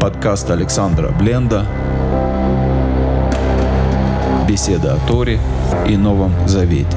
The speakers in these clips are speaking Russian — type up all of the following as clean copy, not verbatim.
Подкаст Александра Бленда. Беседа о Торе и Новом Завете.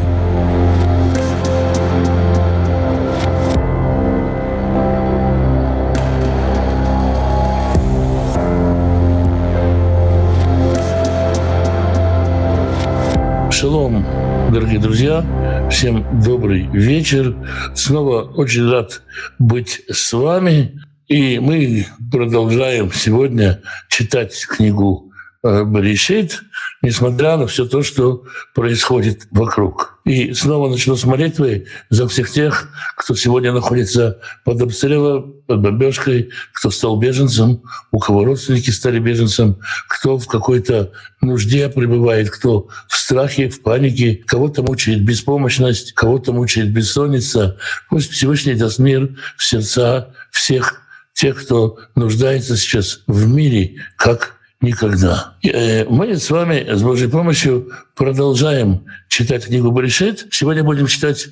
Шалом, дорогие друзья, всем добрый вечер. Снова очень рад быть с вами. И мы продолжаем сегодня читать книгу Берешит, несмотря на все то, что происходит вокруг. И снова начну с молитвы за всех тех, кто сегодня находится под обстрелом, под бомбежкой, кто стал беженцем, у кого родственники стали беженцем, кто в какой-то нужде пребывает, кто в страхе, в панике, кого-то мучает беспомощность, кого-то мучает бессонница. Пусть Всевышний даст мир в сердца всех тех, кто нуждается сейчас в мире, как никогда. Мы с вами с Божьей помощью продолжаем читать книгу Берешит. Сегодня будем читать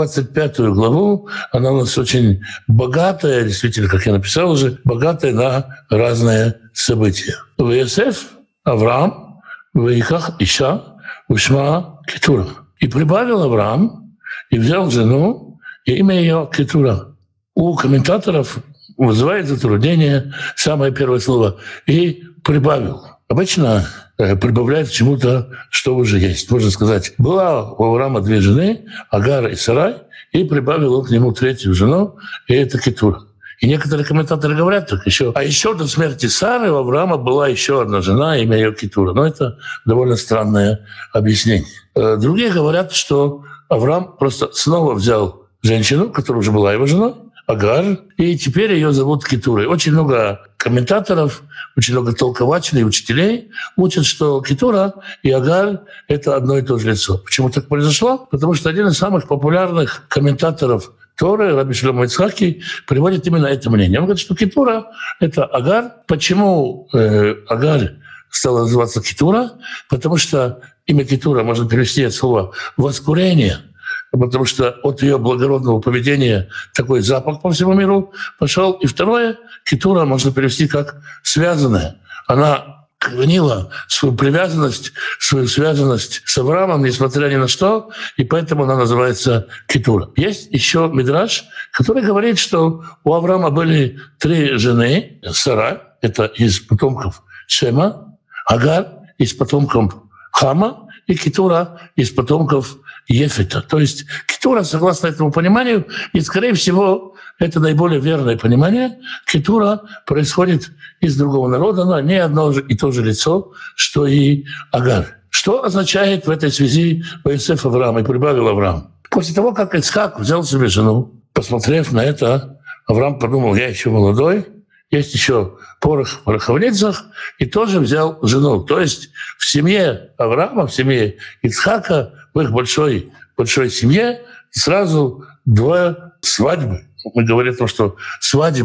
25 главу. Она у нас очень богатая, действительно, как я написал уже, богатая на разные события. Ваесеф Авраам ваиках Иша ушма Кетура. И прибавил Авраам и взял жену, и имя ее Кетура. У комментаторов вызывает затруднение самое первое слово «и прибавил». Обычно прибавляют к чему-то, что уже есть. Можно сказать, была у Авраама две жены, Агар и Сарай, и прибавил он к нему третью жену, и это Кетура. И некоторые комментаторы говорят так еще. А еще до смерти Сары у Авраама была еще одна жена, имя ее Кетура. Но это довольно странное объяснение. Другие говорят, что Авраам просто снова взял женщину, которая уже была его женой, Агар, и теперь ее зовут Кетурой. Очень много комментаторов, очень много толкователей, учителей учат, что Кетура и Агар — это одно и то же лицо. Почему так произошло? Потому что один из самых популярных комментаторов Торы, Раби Шломо Ицхаки, приводит именно это мнение. Он говорит, что Кетура — это Агар. Почему Агар стала называться Кетура? Потому что имя Кетура можно перевести от слова «воскурение», потому что от ее благородного поведения такой запах по всему миру пошел. И второе, Кетура можно перевести как «связанная». Она хранила свою привязанность, свою связанность с Авраамом, несмотря ни на что, и поэтому она называется Кетура. Есть еще мидраш, который говорит, что у Авраама были три жены. Сара — это из потомков Шема, Агар — из потомков Хама, и Кетура — из потомков Ефета. То есть Кетура, согласно этому пониманию, и, скорее всего, это наиболее верное понимание, Кетура происходит из другого народа, но не одно и то же лицо, что и Агар. Что означает в этой связи Ваесеф Авраам и прибавил Авраам? После того, как Ицхак взял себе жену, посмотрев на это, Авраам подумал, я еще молодой, есть еще порох в пороховницах, и тоже взял жену. То есть в семье Авраама, в семье Ицхака, в их большой семье сразу две свадьбы. Мы говорим о том, что свадеб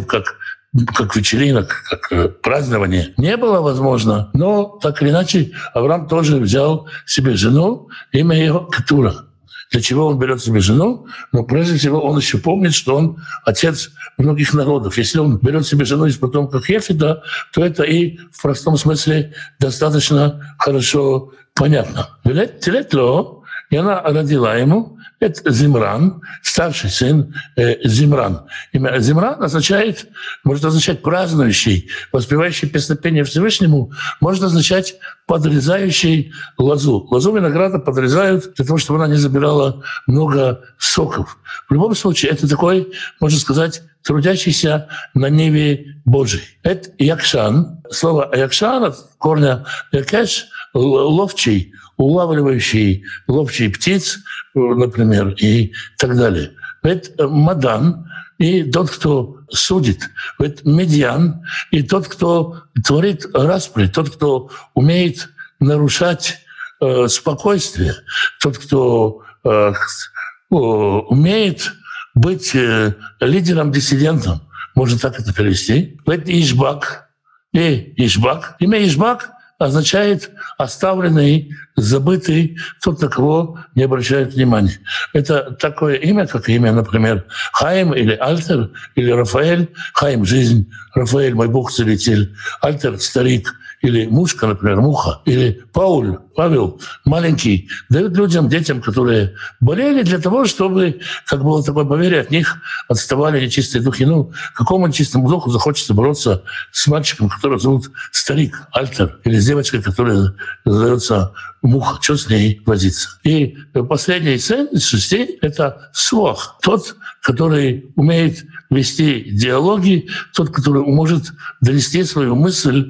как вечеринок, как празднование не было возможно, но так или иначе Авраам тоже взял себе жену, имя ее Кетура. Для чего он берет себе жену? Но прежде всего он еще помнит, что он отец многих народов. Если он берет себе жену из потомков Ефета, то это и в простом смысле достаточно хорошо понятно. И она родила ему, это Зимран, старший сын Зимран. Имя Зимран может означать празднующий, воспевающий песнопение Всевышнему, может означать подрезающий лозу. Лозу винограда подрезают для того, чтобы она не забирала много соков. В любом случае, это такой, можно сказать, трудящийся на ниве Божией. Это якшан. Слово якшан от корня якеш — ловчий, улавливающий ловчий птиц, например, и так далее. Это мадан, и тот, кто судит. Это медиан, и тот, кто творит распри, тот, кто умеет нарушать спокойствие, тот, кто умеет быть лидером-диссидентом. Можно так это перевести. Это Ишбак. Ишбак. Имя Ишбак означает «оставленный забытый, тот, на кого не обращают внимания. Это такое имя, как имя, например, Хаим или Альтер, или Рафаэль. Хаим — жизнь, Рафаэль — мой Бог-целитель, Альтер — старик, или Мушка, например, Муха, или Пауль, Павел, маленький, дают людям, детям, которые болели, для того, чтобы, как было такое поверье, от них отставали нечистые духи. Ну, какому нечистому духу захочется бороться с мальчиком, которого зовут старик, Альтер, или с девочкой, которая называется Муха? Что с ней возиться? И последний сын из 6 — это Суах, тот, который умеет вести диалоги, тот, который может донести свою мысль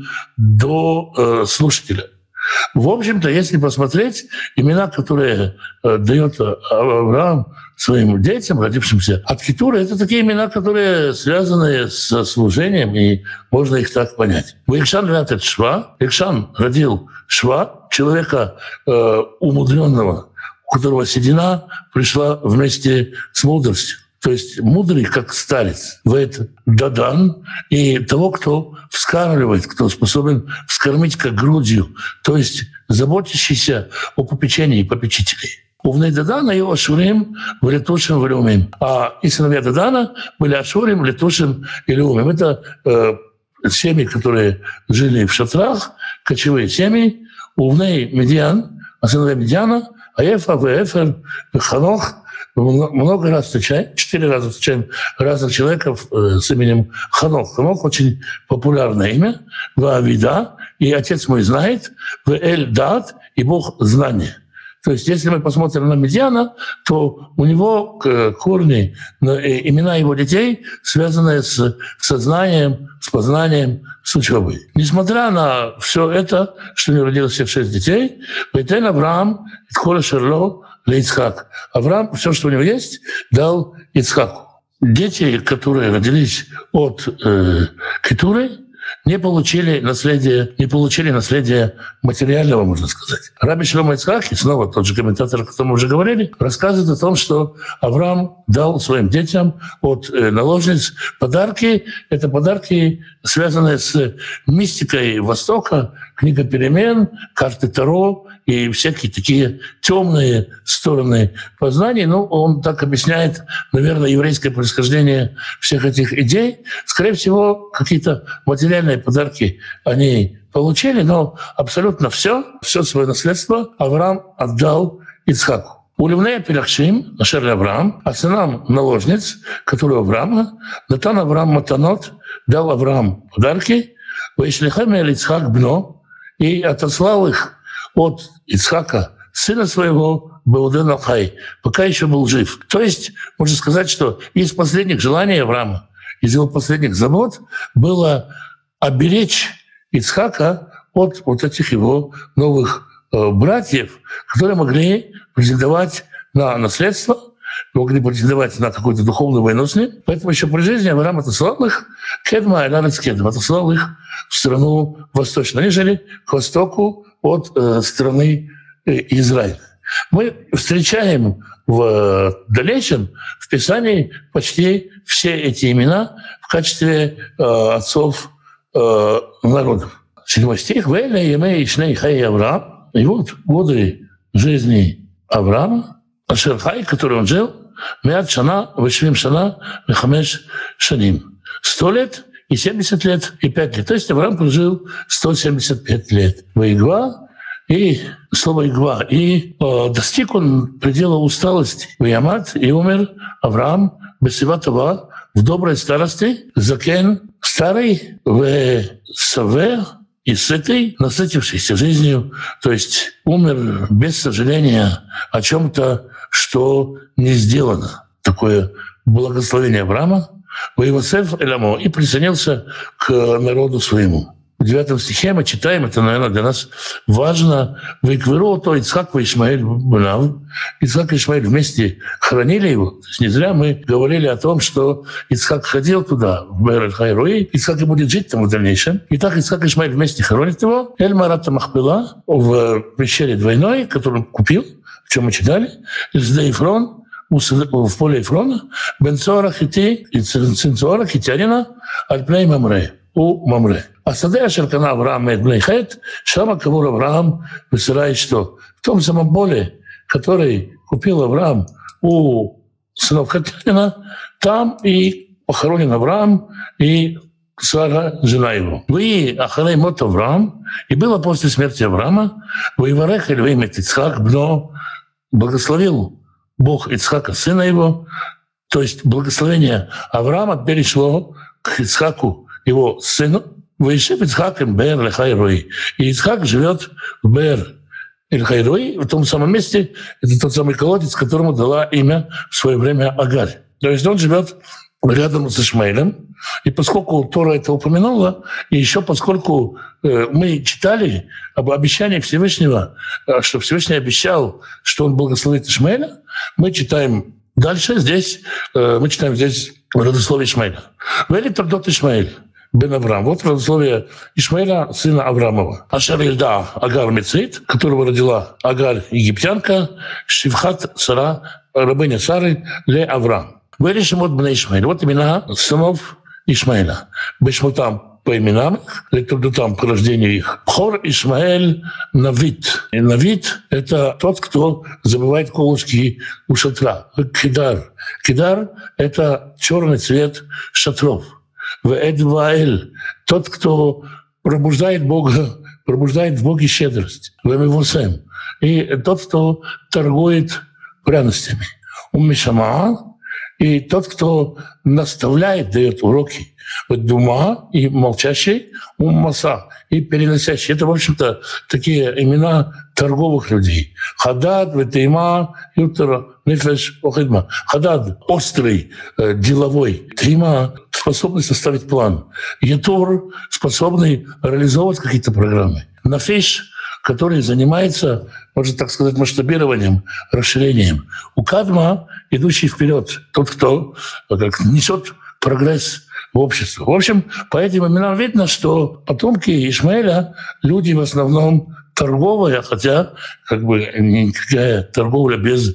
до слушателя. В общем-то, если посмотреть, имена, которые дает Авраам своим детям, родившимся от Кетура, это такие имена, которые связаны со служением, и можно их так понять. Ваикшан вятет Шва. Икшан родил Шва, человека умудренного, у которого седина пришла вместе с мудростью. То есть мудрый, как старец, вэт дадан, и того, кто вскармливает, кто способен вскормить как грудью, то есть заботящийся о попечении попечителей. Увней Дадана и Ашурим в Летушим в Леумим. А и сыновья Дадана были Ашурим, Летушим и Леумим. Это семьи, которые жили в шатрах, кочевые семьи. Увней Медиан, а сыновья Медиана, Аефа, Веефер, Ханох. Много раз встречаем, 4 раза встречаем разных человеков с именем Ханох. Ханох — очень популярное имя. Ваавида, и отец мой знает, Эль-Дат, и Бог знания. То есть если мы посмотрим на Медиана, то у него корни, имена его детей связаны с сознанием, с познанием, с учебой. Несмотря на все это, что у него родилось всех 6 детей, Вейтен Авраам, Итхола Шерло, Ицхак. Авраам все, что у него есть, дал Ицхаку. Дети, которые родились от Кетуры, не получили наследие материального, можно сказать. Раби Шломо Ицхак, и снова тот же комментатор, о котором мы уже говорили, рассказывает о том, что Авраам дал своим детям от наложниц подарки. Это подарки, связанные с мистикой Востока, книга перемен, карты Таро и всякие такие темные стороны познаний. Ну, он так объясняет, наверное, еврейское происхождение всех этих идей. Скорее всего, какие-то материальные подарки они получили, но абсолютно все свое наследство Авраам отдал Ицхаку. У Ливнея Пелахшим, Ашер Авраам, а сынам наложниц, которые Авраама, Натан Авраам Матанот, дал Авраам подарки, Ваишлихам Ицхак Бно, и отослал их от Ицхака, сына своего, Беуден Алхай, пока еще был жив. То есть, можно сказать, что из последних желаний Авраама, из его последних забот было оберечь Ицхака от вот этих его новых братьев, которые могли претендовать на наследство, могли претендовать на какую-то духовную войну с ним. Поэтому еще при жизни Авраам отослал их Кедма и Ларец Кедма, отослал их в страну восточную. Они жили к востоку от страны Израиля. Мы встречаем в дальнейшем в Писании почти все эти имена в качестве отцов народов. 7 стих. «Вэля емей шней хай Авраам». И вот годы жизни Авраама, Ашер хай, который он жил, меат шана, вешвим шана, вехамеш шаним. 100 лет и 70 лет и 5 лет. То есть Авраам прожил 175 лет. Ваигва, и слово «игва», и достиг он предела усталости. Ваямат, и умер Авраам бесиватова в доброй старости, закен, старый, в саве, и сытый, насытившийся жизнью, то есть умер без сожаления о чем-то, что не сделано. Такое благословение Авраама. «Воевосеф элямо» и присоединился к народу своему. В 9 стихе мы читаем, это, наверное, для нас важно, «Ваикверу то Ицхак ва Ишмаэль бнав». Ицхак и Ишмаэль вместе хранили его. То есть не зря мы говорили о том, что Ицхак ходил туда, в Беэр-эль-Хайруи, Ицхак и будет жить там в дальнейшем. И так Ицхак и Ишмаэль вместе хоронят его. Эль-Марата Махпила в пещере двойной, которую он купил, в чем мы читали, из Ефрон, в поле Ефрона, Бен Цоара Хити и сын Цоара Хитянина, Аль-Пней Мамре, у Мамре. А сады Ашеркана Авраам Эдмейхет, Шама Кавур Авраам высирает что? В том самом поле, который купил Авраам у сынов Хатянина, там и похоронен Авраам и Сара, жена его. Вы Ахарей Мот Авраам, и было после смерти Авраама, вы Варех Эльвеймет Ицхак, но благословил Бог Ицхака, сына его, то есть благословение Авраама перешло к Ицхаку, его сыну, Ваишев Ицхак им Бер Лехайрой. И Ицхак живет в Бер Эль-Хайрой, в том самом месте, это тот самый колодец, которому дала имя в свое время Агарь. То есть он живет рядом с Ишмаэлем. И поскольку Тора это упомянула, и еще поскольку мы читали об обещании Всевышнего, что Всевышний обещал, что он благословит Ишмаэля, мы читаем дальше здесь, родословие Ишмаэля. Вели Тордот Ишмаэль бен Авраам. Вот родословие Ишмаэля, сына Авраамова. Ашер Ильда Агар Мецит, которого родила Агарь, египтянка, Шивхат Сара, рабыня Сары, Ле Авраам. Вели Шимот бен Ишмаэль. Вот имена сынов Ишмаэля. Бешмутам по именам их, Летурдутам по рождению их. Хор Ишмаэль Навид. И Навид — это тот, кто забывает колышки у шатра. Кидар. Кидар — это черный цвет шатров. Вэдваэль — тот, кто пробуждает Бога, пробуждает в Боге щедрость. Вэмивусэм — и тот, кто торгует пряностями. Уммишама — и тот, кто наставляет, дает уроки. Дума и молчащий, уммаса и переносящий. Это, в общем-то, такие имена торговых людей. Хадад, ветейма, ютер, нефеш, охидма. Хадад — острый, деловой. Тейма — способный составить план. Ютур — способный реализовывать какие-то программы. Нафеш — который занимается, можно так сказать, масштабированием, расширением. У Кадма — идущий вперед, тот, кто несет прогресс в общество. В общем, по этим именам видно, что потомки Ишмаэля — люди в основном торговые, хотя никакая торговля без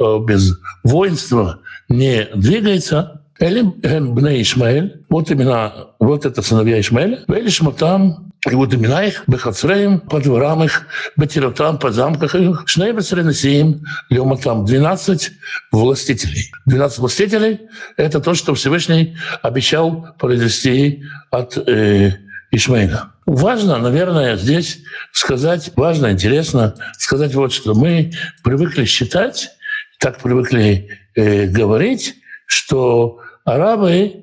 воинства не двигается. Элим бней Ишмаэль, вот имена, вот это сыновья Ишмаэля. Вели Шмотам, и вот имена их, Бехацреем, по дворам их, Бетиротам, по замках их, Шнейбецренесиим, Леоматам, 12 властителей. 12 властителей — это то, что Всевышний обещал произвести от Ишмаэля. Важно, наверное, здесь сказать, важно, интересно сказать вот что. Мы привыкли считать, так привыкли говорить, что арабы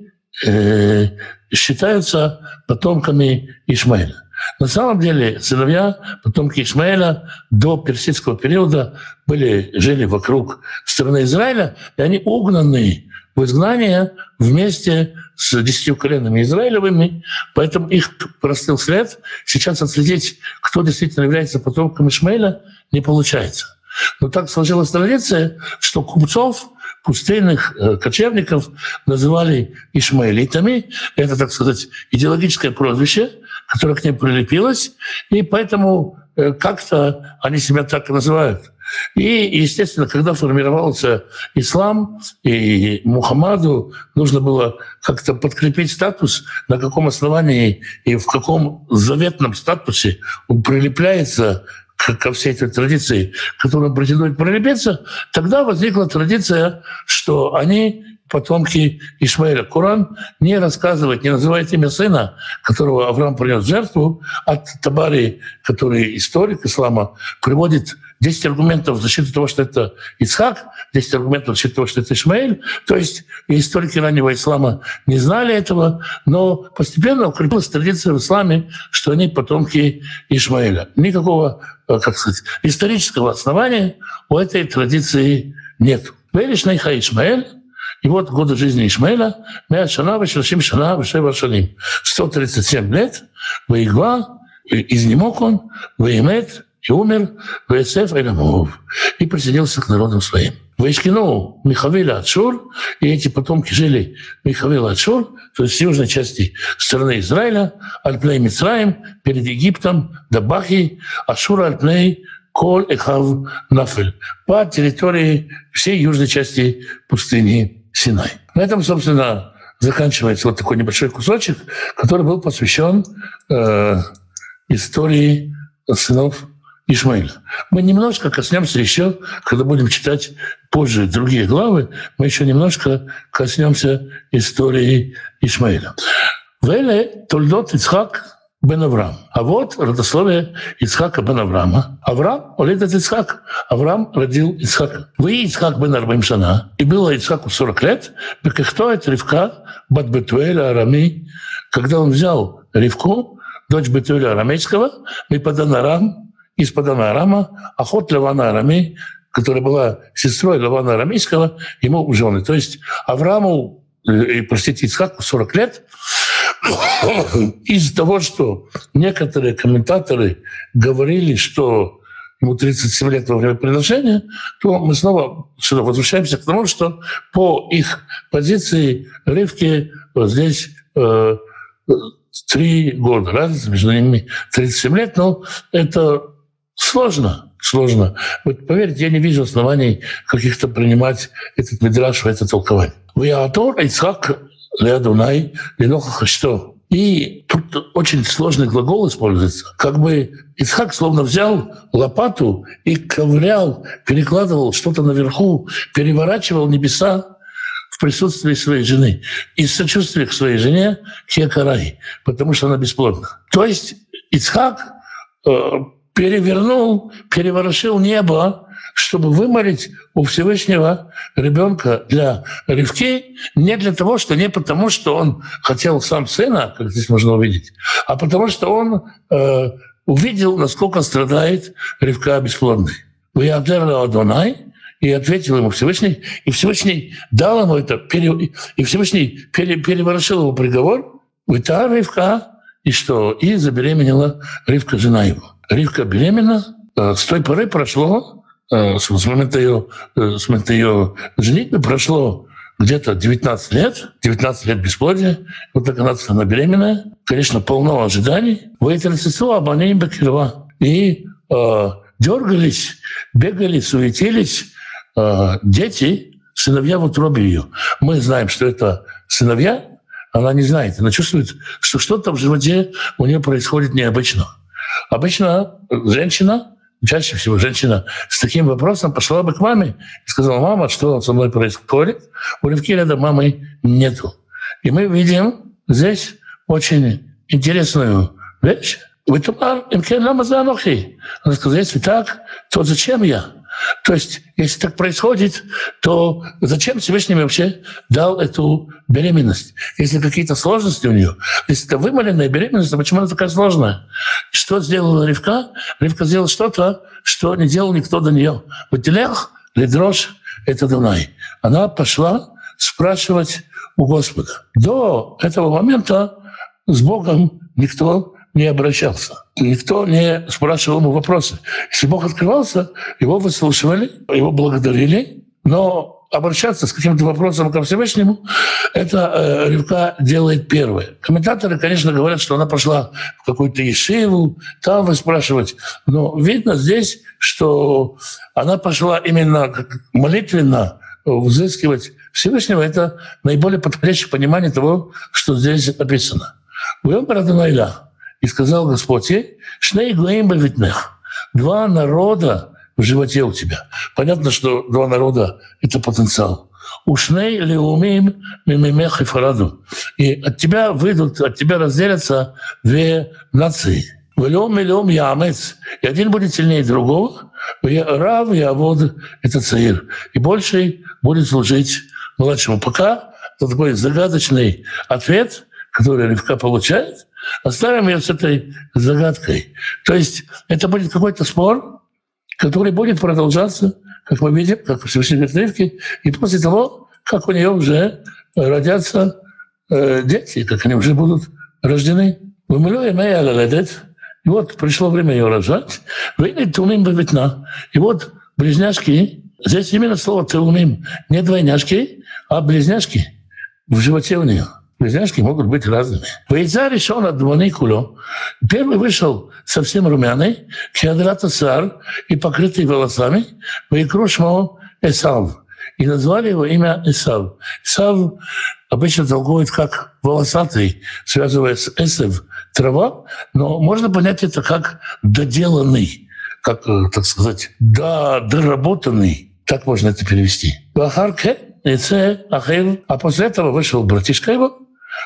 считаются потомками Ишмаэля. На самом деле сыновья, потомки Ишмаэля до персидского периода жили вокруг страны Израиля, и они угнаны в изгнание вместе с 10 коленами израилевыми, поэтому их простыл след. Сейчас отследить, кто действительно является потомком Ишмаэля, не получается. Но так сложилась традиция, что купцов, пустынных кочевников называли ишмаэлитами. Это, так сказать, идеологическое прозвище, которое к ним прилепилось, и поэтому как-то они себя так и называют. И, естественно, когда формировался ислам, и Мухаммаду нужно было как-то подкрепить статус, на каком основании и в каком заветном статусе он прилепляется ко всей этой традиции, к которой он претендует прилепиться, тогда возникла традиция, что они потомки Ишмаэля. Коран не рассказывает, не называет имя сына, которого Авраам принес в жертву. От Табари, который историк ислама, приводит 10 аргументов в защиту того, что это Ицхак, 10 аргументов в защиту того, что это Ишмаэль. То есть историки раннего ислама не знали этого, но постепенно укрепилась традиция в исламе, что они потомки Ишмаэля. Никакого, исторического основания у этой традиции нет. Велишнейха Ишмаэль. И вот годы жизни Ишмаэля, 137 лет, воигва, изнемог он, воимет, и умер, воесеф элямов, и присоединился к народам своим. Ваишкину Михавиля Ачур, и эти потомки жили Михавиля Ачур, то есть в южной части страны Израиля, Альпней Мицраим, перед Египтом, Дабахи, Ашура Альпней, Коль Эхав Нафель, по территории всей южной части пустыни Синай. На этом, собственно, заканчивается вот такой небольшой кусочек, который был посвящен истории сынов Ишмаэля. Мы немножко коснемся еще, когда будем читать позже другие главы, мы еще немножко коснемся истории Ишмаэля. Веле Тольдот Ицхак бен Авраам. А вот родословие Ицхака бен Авраама. Авраам оледет Ицхак. Авраам родил Ицхака. Вы Ицхак бен Арбаим шана. И было Ицхаку 40 лет. Бекехто это Ривка бат Бетуэля Арами. Когда он взял Ривку, дочь Бетуэля Арамейского, и Падан Арам, из Падана Арама, охот Лавана Арами, которая была сестрой Лавана Арамейского, ему в жены. То есть Аврааму, Ицхаку 40 лет, из-за того, что некоторые комментаторы говорили, что ему 37 лет во время предложения, то мы снова сюда возвращаемся к тому, что по их позиции Ривке вот здесь 3 года. Разница между ними 37 лет, но это сложно. Вот поверьте, я не вижу оснований каких-то принимать этот мидраш в это толкование. «Ваятор Ицхак леадунай ленохах что». И тут очень сложный глагол используется. Как бы Ицхак словно взял лопату и ковырял, перекладывал что-то наверху, переворачивал небеса в присутствии своей жены. Из сочувствия к своей жене Кекарай, потому что она бесплодна. То есть Ицхак переворошил небо, чтобы вымолить у Всевышнего ребенка для Ривки, не потому, что он хотел сам сына, как здесь можно увидеть, а потому что он увидел, насколько страдает Ривка бесплодной. И ответил ему Всевышний, и Всевышний дал ему это, и Всевышний переворошил его приговор, «Вита Ривка», и что? И забеременела Ривка, жена его. Ривка беременна, с той поры прошло, с момента ее женитьбы прошло где-то 19 лет бесплодия, вот так она беременная, конечно, полно ожиданий. «Ваитерцицу абанеим бекирва». И дергались, бегали, суетились дети, сыновья в утробе ее. Мы знаем, что это сыновья, она не знает, она чувствует, что что-то в животе у нее происходит необычно. Обычно женщина, чаще всего женщина с таким вопросом пошла бы к маме и сказала: «Мама, что со мной происходит?» У Ривки рядом мамы нету. И мы видим здесь очень интересную вещь. Она сказала: «Если так, то зачем я?» То есть, если так происходит, то зачем Всевышний вообще дал эту беременность? Если какие-то сложности у нее, если это вымоленная беременность, то почему она такая сложная? Что сделала Ривка? Ривка сделала что-то, что не делал никто до нее. «Ватилех лидрош это Дунай». Она пошла спрашивать у Господа. До этого момента с Богом никто не обращался. Никто не спрашивал ему вопросы. Если Бог открывался, его выслушивали, его благодарили, но обращаться с каким-то вопросом ко Всевышнему, это Ривка делает первое. Комментаторы, конечно, говорят, что она пошла в какую-то ешиву, там выспрашивать. Но видно здесь, что она пошла именно молитвенно взыскивать Всевышнего. Это наиболее подходящее понимание того, что здесь написано. И сказал Господь ей: «Шней гоим бевитнех». 2 народа в животе у тебя. Понятно, что 2 народа — это потенциал. «Ушней леумим мимимех и фараду». И от тебя выйдут, от тебя разделятся 2 нации. «Велеум милеум ямец». И один будет сильнее другого. «Рав явод» — это цаир. И больший будет служить младшему. Пока это такой загадочный ответ, который Ривка получает. Оставим ее с этой загадкой. То есть это будет какой-то спор, который будет продолжаться, как мы видим, как в Всевышней Ривке, и после того, как у нее уже родятся дети, как они уже будут рождены. И вот пришло время ее рожать. И вот близняшки, здесь именно слово «теумим», не двойняшки, а близняшки в животе у нее. Близняшки могут быть разными. Вейза решен от Дваникуло. Первый вышел совсем румяный, кеадрата сар и покрытый волосами, вейкрушмо Эсав. И назвали его имя Эсав. Эсав обычно толкуют как волосатый, связывая с эсев трава, но можно понять это как доделанный, как, так сказать, доработанный. Так можно это перевести. А после этого вышел братишка его,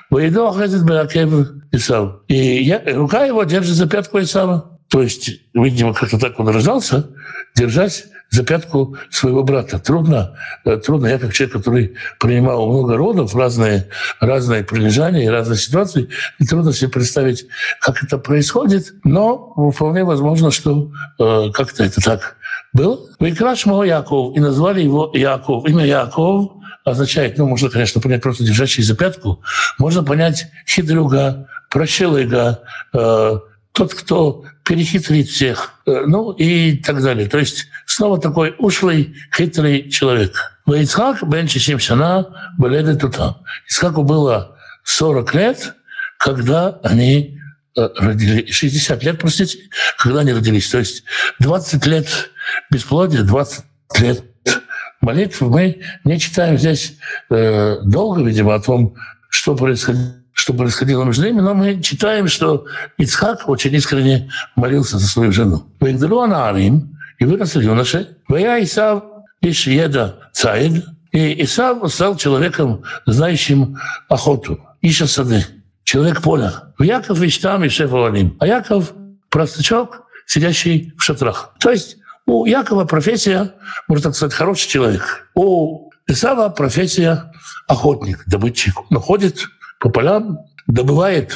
и рука его держит за пятку Исава. То есть, видимо, как-то так он рождался, держась за пятку своего брата. Трудно. Я как человек, который принимал много родов, разные прилежания и разные ситуации, и трудно себе представить, как это происходит, но вполне возможно, что как-то это так было. Вайкрашмо Яков, и назвали его Яков. Имя Яков означает, можно, конечно, понять просто держащий за пятку, можно понять хитрюга, прощелыга, тот, кто перехитрит всех, и так далее. То есть снова такой ушлый, хитрый человек. Ицхак бен 60 шана беледе тута. Ицхаку было 40 лет, когда они родились. 60 лет, простите, когда они родились. То есть 20 лет бесплодия, 20 лет молитв. Мы не читаем здесь долго, видимо, о том, что происходило между ними, но мы читаем, что Ицхак очень искренне молился за свою жену. И выросли юноши. Исав лишь еда цаид. И Исав стал человеком, знающим охоту. Иша сады. Человек поля. В Яков там и шеф Алим. А Яков простачок, сидящий в шатрах. То есть у Якова профессия, можно так сказать, хороший человек. У Исава профессия охотник, добытчик. Он ходит по полям, добывает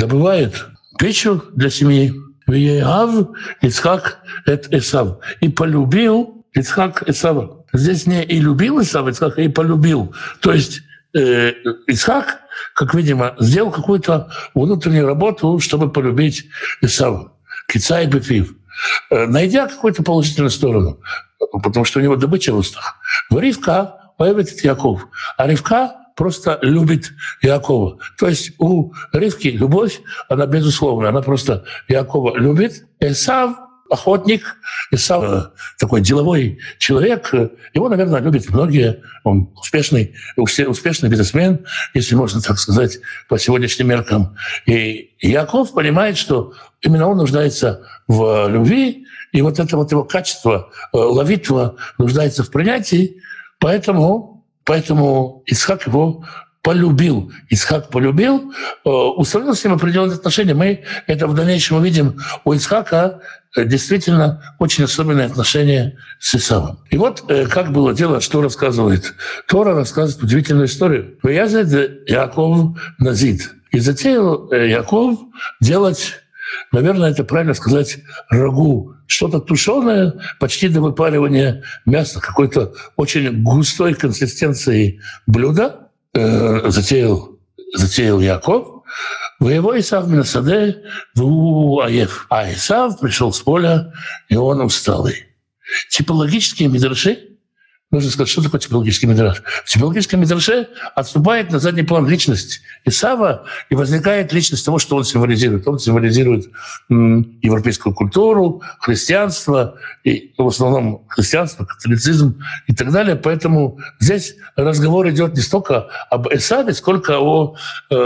пищу для семьи. Веяв Ицхак эт Исав. И полюбил Ицхак Исава. Здесь не и любил Исав Ицхак, а и полюбил. То есть Ицхак, как видимо, сделал какую-то внутреннюю работу, чтобы полюбить Исава. Кицай бефив. Найдя какую-то положительную сторону, потому что у него добыча в устах. Ривка появится Яков. А Ривка просто любит Якова. То есть у Ривки любовь, она безусловная, она просто Якова любит. Исав охотник, Исав такой деловой человек. Его, наверное, любят многие. Он успешный бизнесмен, если можно так сказать, по сегодняшним меркам. И Яков понимает, что именно он нуждается в любви, и вот это вот его качество, ловитва, нуждается в принятии, поэтому Ицхак его полюбил. Ицхак полюбил, установил с ним определенные отношения. Мы это в дальнейшем увидим. У Ицхака действительно очень особенные отношения с Исавом. И вот как было дело, что рассказывает. Тора рассказывает удивительную историю. «Ваязед Яков назид». И затеял Яков делать, наверное, это правильно сказать, рагу, что-то тушеное, почти до выпаривания мяса, какой-то очень густой консистенции блюда. Затеял Яков. В его Исав минасаде в Аев. А Исав пришел с поля, и он усталый. Типологические мидраши, нужно сказать, что такое типологический мидраш. В типологическом мидраше отступает на задний план личность Исава, и возникает личность того, что он символизирует. Он символизирует европейскую культуру, христианство, и в основном христианство, католицизм и так далее. Поэтому здесь разговор идет не столько об Исаве, сколько о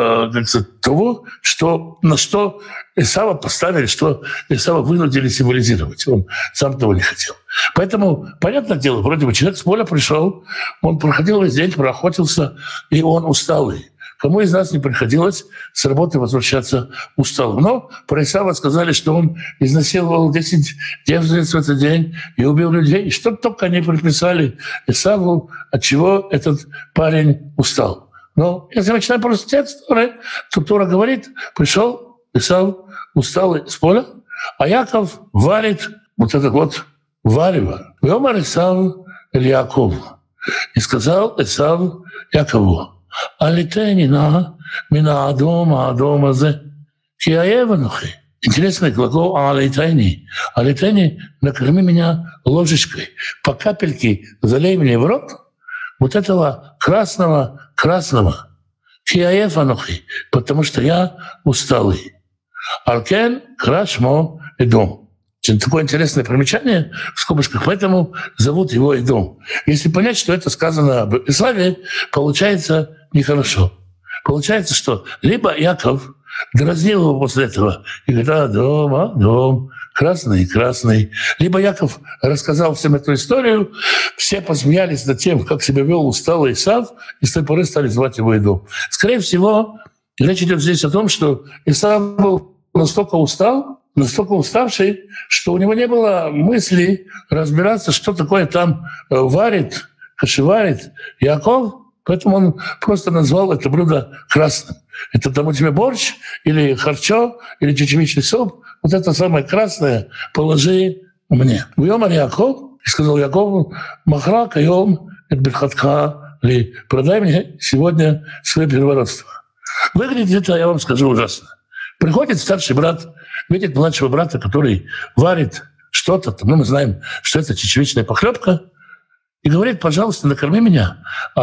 того, на что Исава поставили, что Исава вынудили символизировать. Он сам того не хотел. Поэтому, понятное дело, вроде бы человек с поля пришел, он проходил весь день, проохотился, и он усталый. Кому из нас не приходилось с работы возвращаться усталым? Но про Исава сказали, что он изнасиловал 10 девственниц в этот день и убил людей. И что только они приписали Исаву, от чего этот парень устал. Но если мы читаем просто текст, то Тора говорит, пришел Исав усталый с поля, а Яков варит вот это вот варево. «Вёмар Исав эль Яков». И сказал Исав Якову: «Алитени на мина адома зе, ки аев анухи». Интересный глагол «алитени». «Алитени» — накорми меня ложечкой. По капельке залей мне в рот вот этого красного. «Ки аев анухи», потому что я усталый. «Алкен крашмо Эдом». Такое интересное примечание в скобочках, поэтому зовут его Эдом. Если понять, что это сказано об Исаве, получается нехорошо. Получается, что либо Яков дразнил его после этого и говорит: дом, красный. Либо Яков рассказал всем эту историю, все посмеялись над тем, как себя вел усталый Исав, и с той поры стали звать его Эдом. Скорее всего, речь идет здесь о том, что Исав был настолько уставший, что у него не было мысли разбираться, что такое там варит, кашеварит Яков, поэтому он просто назвал это блюдо красным. Это там у тебя борщ или харчо, или чечевичный суп. Вот это самое красное положи мне. Вьомар Яков, и сказал Якову: махра кайом эт бирхатха ли, продай мне сегодня свое первородство. Выглядит это, я вам скажу, ужасно. Приходит старший брат, видит младшего брата, который варит что-то, мы знаем, что это чечевичная похлебка, и говорит: пожалуйста, накорми меня.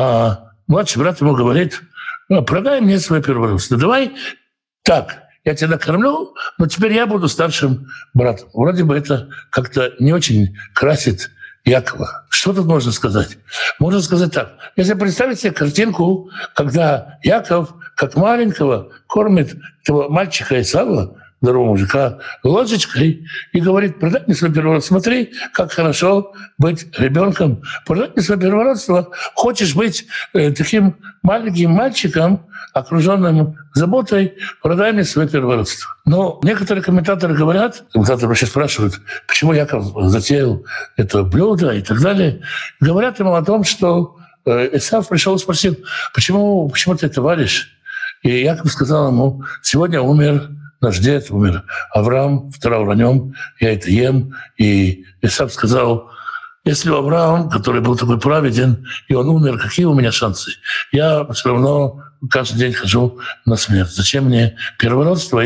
А младший брат ему говорит: продай мне свое первородство. Давай так, я тебя накормлю, но теперь я буду старшим братом. Вроде бы это как-то не очень красит Якова. Что тут можно сказать? Можно сказать так. Если представить себе картинку, когда Яков, как маленького, кормит этого мальчика Исава, здорового мужика, ложечкой и говорит: продай мне свое первородство. Смотри, как хорошо быть ребенком. Продай мне свое первородство. Хочешь быть таким маленьким мальчиком, окруженным заботой, продай мне свое первородство. Но некоторые комментаторы вообще спрашивают, почему Яков затеял это блюдо и так далее. Говорят ему о том, что Исав пришел и спросил: почему ты это варишь? И Яков сказал ему: сегодня умер наш дед, умер Авраам, второго о нем, я это ем. И Исав сказал: если у Авраама, который был такой праведен, и он умер, какие у меня шансы? Я все равно каждый день хожу на смерть. Зачем мне первородство?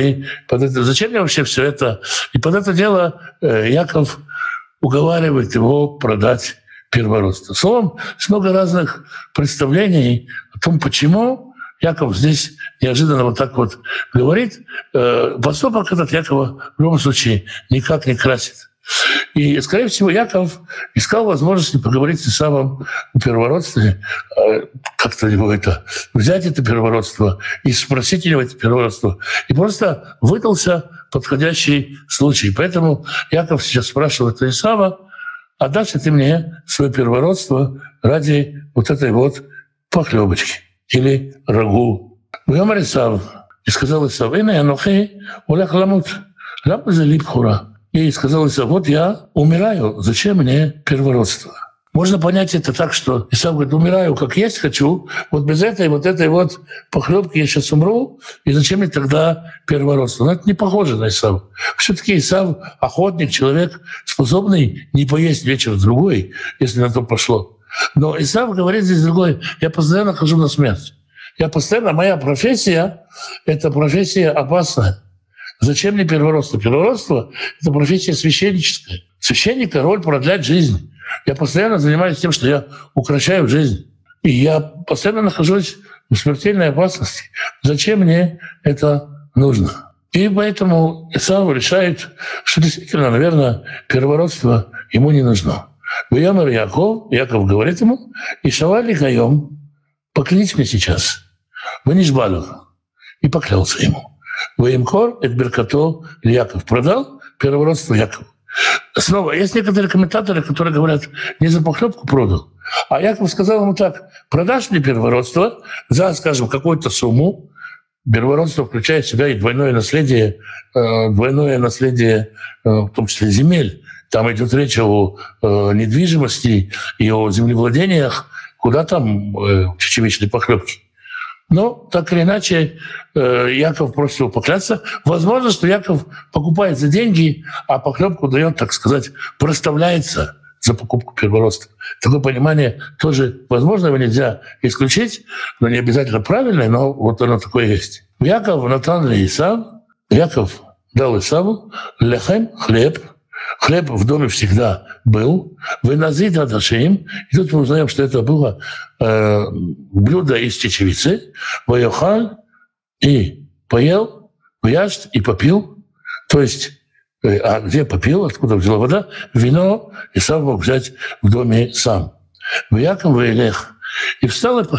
Зачем мне вообще все это? И под это дело Яков уговаривает его продать первородство. Словом, много разных представлений о том, почему Яков здесь неожиданно вот так вот говорит. Поступок этот Якова в любом случае никак не красит. И, скорее всего, Яков искал возможности поговорить с Исавом о первородстве, как-то его взять это первородство и спросить у него это первородство. И просто выдался подходящий случай. Поэтому Яков сейчас спрашивает у Исава: отдашь ли ты мне свое первородство ради вот этой вот похлебочки или рагу? Вьомар Исав, и сказал Исав: «Эйна анохи олех ламут, лама зе ли бхура». И сказал Исав: вот я умираю, зачем мне первородство? Можно понять это так, что Исав говорит: умираю, как есть хочу, вот без этой вот похлебки я сейчас умру, и зачем мне тогда первородство? Но это не похоже на Исава. Все-таки Исав — охотник, человек, способный не поесть вечер-другой, если на то пошло. Но Исав говорит здесь другое: я постоянно хожу на смерть. Моя профессия — это профессия опасная. Зачем мне первородство? Первородство — это профессия священническая. Священника — роль продлять жизнь. Я постоянно занимаюсь тем, что я укращаю жизнь. И я постоянно нахожусь в смертельной опасности. Зачем мне это нужно? И поэтому Исав решает, что действительно, наверное, первородство ему не нужно. Вьомар Яков говорит ему: и шавали кайом, поклянись мне сейчас. Ванишбалу. И поклялся ему. Воемкор — это беркато Яков. Продал первородство Якову. Снова, есть некоторые комментаторы, которые говорят: не за похлебку продал. А Яков сказал ему так: продашь мне первородство за, скажем, какую-то сумму. Первородство включает в себя и двойное наследие, в том числе земель. Там идет речь о недвижимости и о землевладениях. Куда там чечевичной похлебки? Но, так или иначе, Яков просит его поклясться. Возможно, что Яков покупает за деньги, а похлебку дает, так сказать, проставляется за покупку первородства. Такое понимание тоже возможно, его нельзя исключить, но не обязательно правильное, но вот оно такое есть. Яков натан ли Исав, Яков дал Исаву лехем, хлеб. Хлеб в доме всегда был. Выназид адашим. И тут мы узнаем, что это было блюдо из чечевицы. Ваяхаль и поел, вяжт и попил. То есть, а где попил, откуда взяла вода? Вино Исав мог взять в доме сам. Вяков ваелех. И встал и пошел.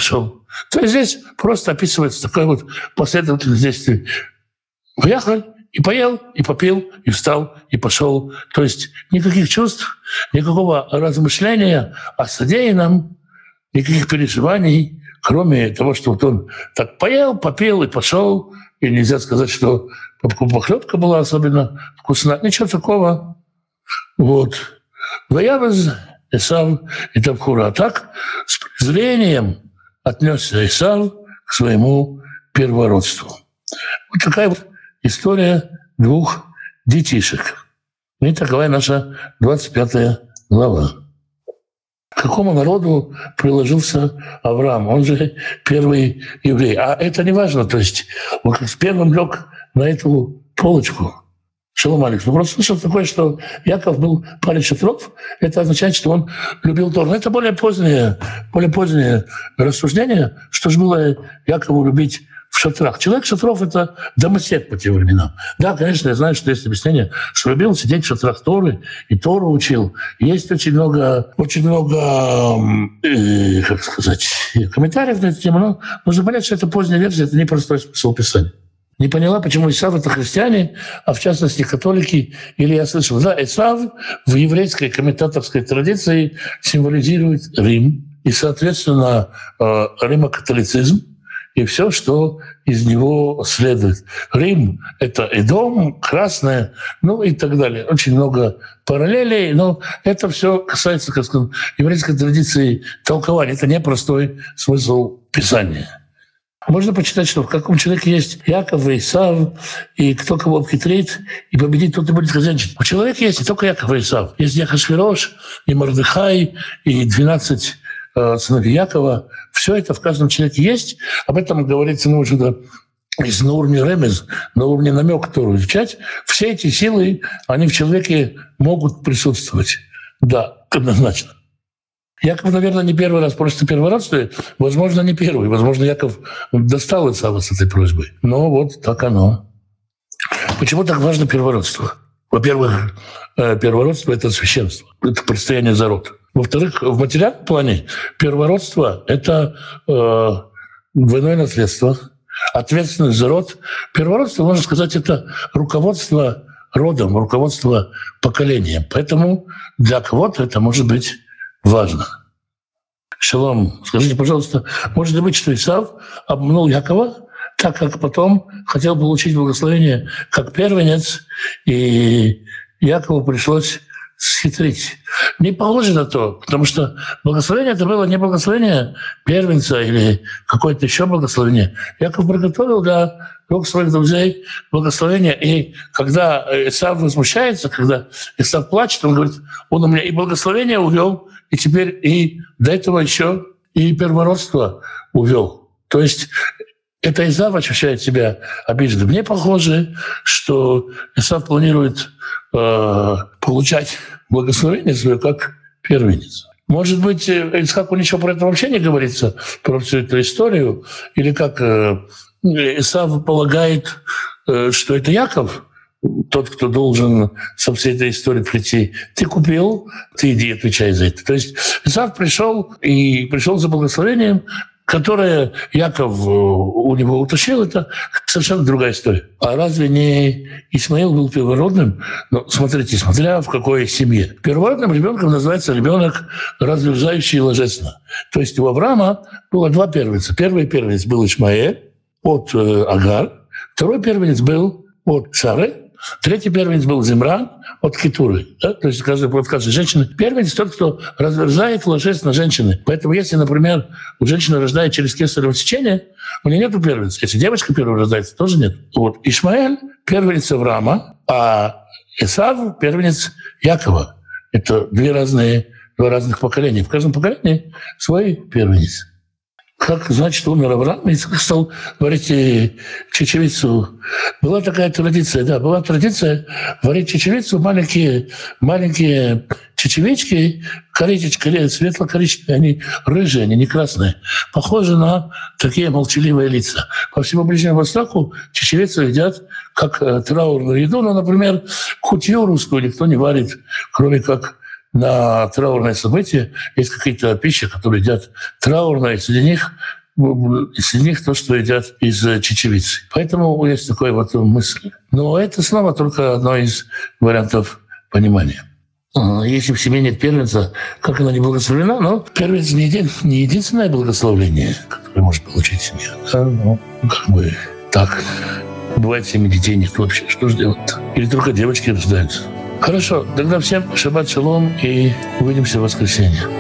То есть здесь просто описывается такая вот последовательность действий. Уехал, и поел, и попил, и встал, и пошел. То есть никаких чувств, никакого размышления о содеянном, никаких переживаний, кроме того, что вот он так поел, попил и пошел. И нельзя сказать, что похлебка была особенно вкусна. Ничего такого. Вот. Ваяваз Исав и Табхура. А так с презрением отнесся Исав к своему первородству. Вот такая вот история двух детишек. И такая наша 25 глава. К какому народу приложился Авраам? Он же первый еврей. А это не важно. То есть он как первым лег на эту полочку. Шалом алейкум. Ну, просто слышал такое, что Яков был парень шатров. Это означает, что он любил Тору. Но это более позднее рассуждение, что же было Якову любить в шатрах. Человек шатров — это домосед по тем временам. Да, конечно, я знаю, что есть объяснение, что любил сидеть в шатрах Торы и Тору учил. Есть очень много, как сказать, комментариев на эту тему, но нужно понять, что это поздняя версия, это не простой смысл Писания. Не поняла, почему Исав — это христиане, а в частности католики. Или я слышал, да, Исав в еврейской комментаторской традиции символизирует Рим и, соответственно, римокатолицизм и все, что из него следует. Рим — это Эдом, Красное, ну и так далее. Очень много параллелей, но это все касается, как сказать, еврейской традиции толкования. Это не простой смысл Писания. Можно почитать, что в каком человеке есть Яков и Исав, и кто кого обхитрит и победит, тот и будет хозяйничать. У человека есть не только Яков и Исав. Есть и Ахашвирош, и Мордехай, и 12 сыновей Якова. Все это в каждом человеке есть. Об этом говорится, уже из на уровне ремез, на уровне намека Тору изучать. Все эти силы, они в человеке могут присутствовать. Да, однозначно. Яков, наверное, не первый раз просто первородствует. Возможно, не первый. Возможно, Яков достал Исава с этой просьбой. Но вот так оно. Почему так важно первородство? Во-первых, первородство — это священство. Это предстояние за род. Во-вторых, в материальном плане первородство — это двойное наследство, ответственность за род. Первородство, можно сказать, это руководство родом, руководство поколением. Поэтому для кого-то это может быть важно. Шалом, скажите, пожалуйста, может ли быть, что Исав обманул Якова, так как потом хотел получить благословение как первенец, и Якову пришлось схитрить? Не похоже на то, потому что благословение это было не благословение первенца или какое-то еще благословение. Яков приготовил для двух своих друзей благословение. И когда Исав возмущается, когда Исав плачет, он говорит, он у меня и благословение увел, и теперь и до этого еще и первородство увел. То есть это Исав ощущает себя обиженным. Мне похоже, что Исав планирует получать благословение свое как первенец. Может быть, Ицхаку ничего про это вообще не говорится, про всю эту историю, или как Исав полагает, что это Яков, тот, кто должен со всей этой историей прийти. Ты купил, ты иди, отвечай за это. То есть Исав пришел за благословением, которое Яков у него утащил, это совершенно другая история. А разве не Исмаил был первородным? Ну, смотрите, смотря в какой семье. Первородным ребенком называется ребенок, разверзающий ложественно. То есть у Авраама было два первенца. Первый первенец был Ишмаэль от Агар, второй первенец был от Сары, третий первенец был Зимран от Кетуры. Да? То есть от каждой женщины. Первенец тот, кто разверзает ложественно женщины. Поэтому если, например, у женщины рождает через кесарево сечение, у нее нет первенца. Если девочка первая рождается, тоже нет. Вот Ишмаэль — первенец Авраама, а Исав — первенец Якова. Это два разных поколения. В каждом поколении свой первенец. Как, значит, умер Авраам, и стал варить чечевицу. Была такая традиция, да, была традиция варить чечевицу, маленькие чечевички, светло-коричневые, они рыжие, они не красные, похожи на такие молчаливые лица. По всему Ближнему Востоку чечевицу едят как траурную еду, но, например, кутью русскую никто не варит, кроме как на траурное событие. Есть какие-то пищи, которые едят траурные, среди них Среди них то, что едят из чечевицы. Поэтому есть такая вот мысль. Но это снова только одно из вариантов понимания. Если в семье нет первенца, как она не благословлена, но первенец не единственное благословление, которое может получить семья. Да, ну, как бы так. Бывает 7 детей, нет вообще. Что же делать-то? Или только девочки рождаются. Хорошо, тогда всем шаббат шалом и увидимся в воскресенье.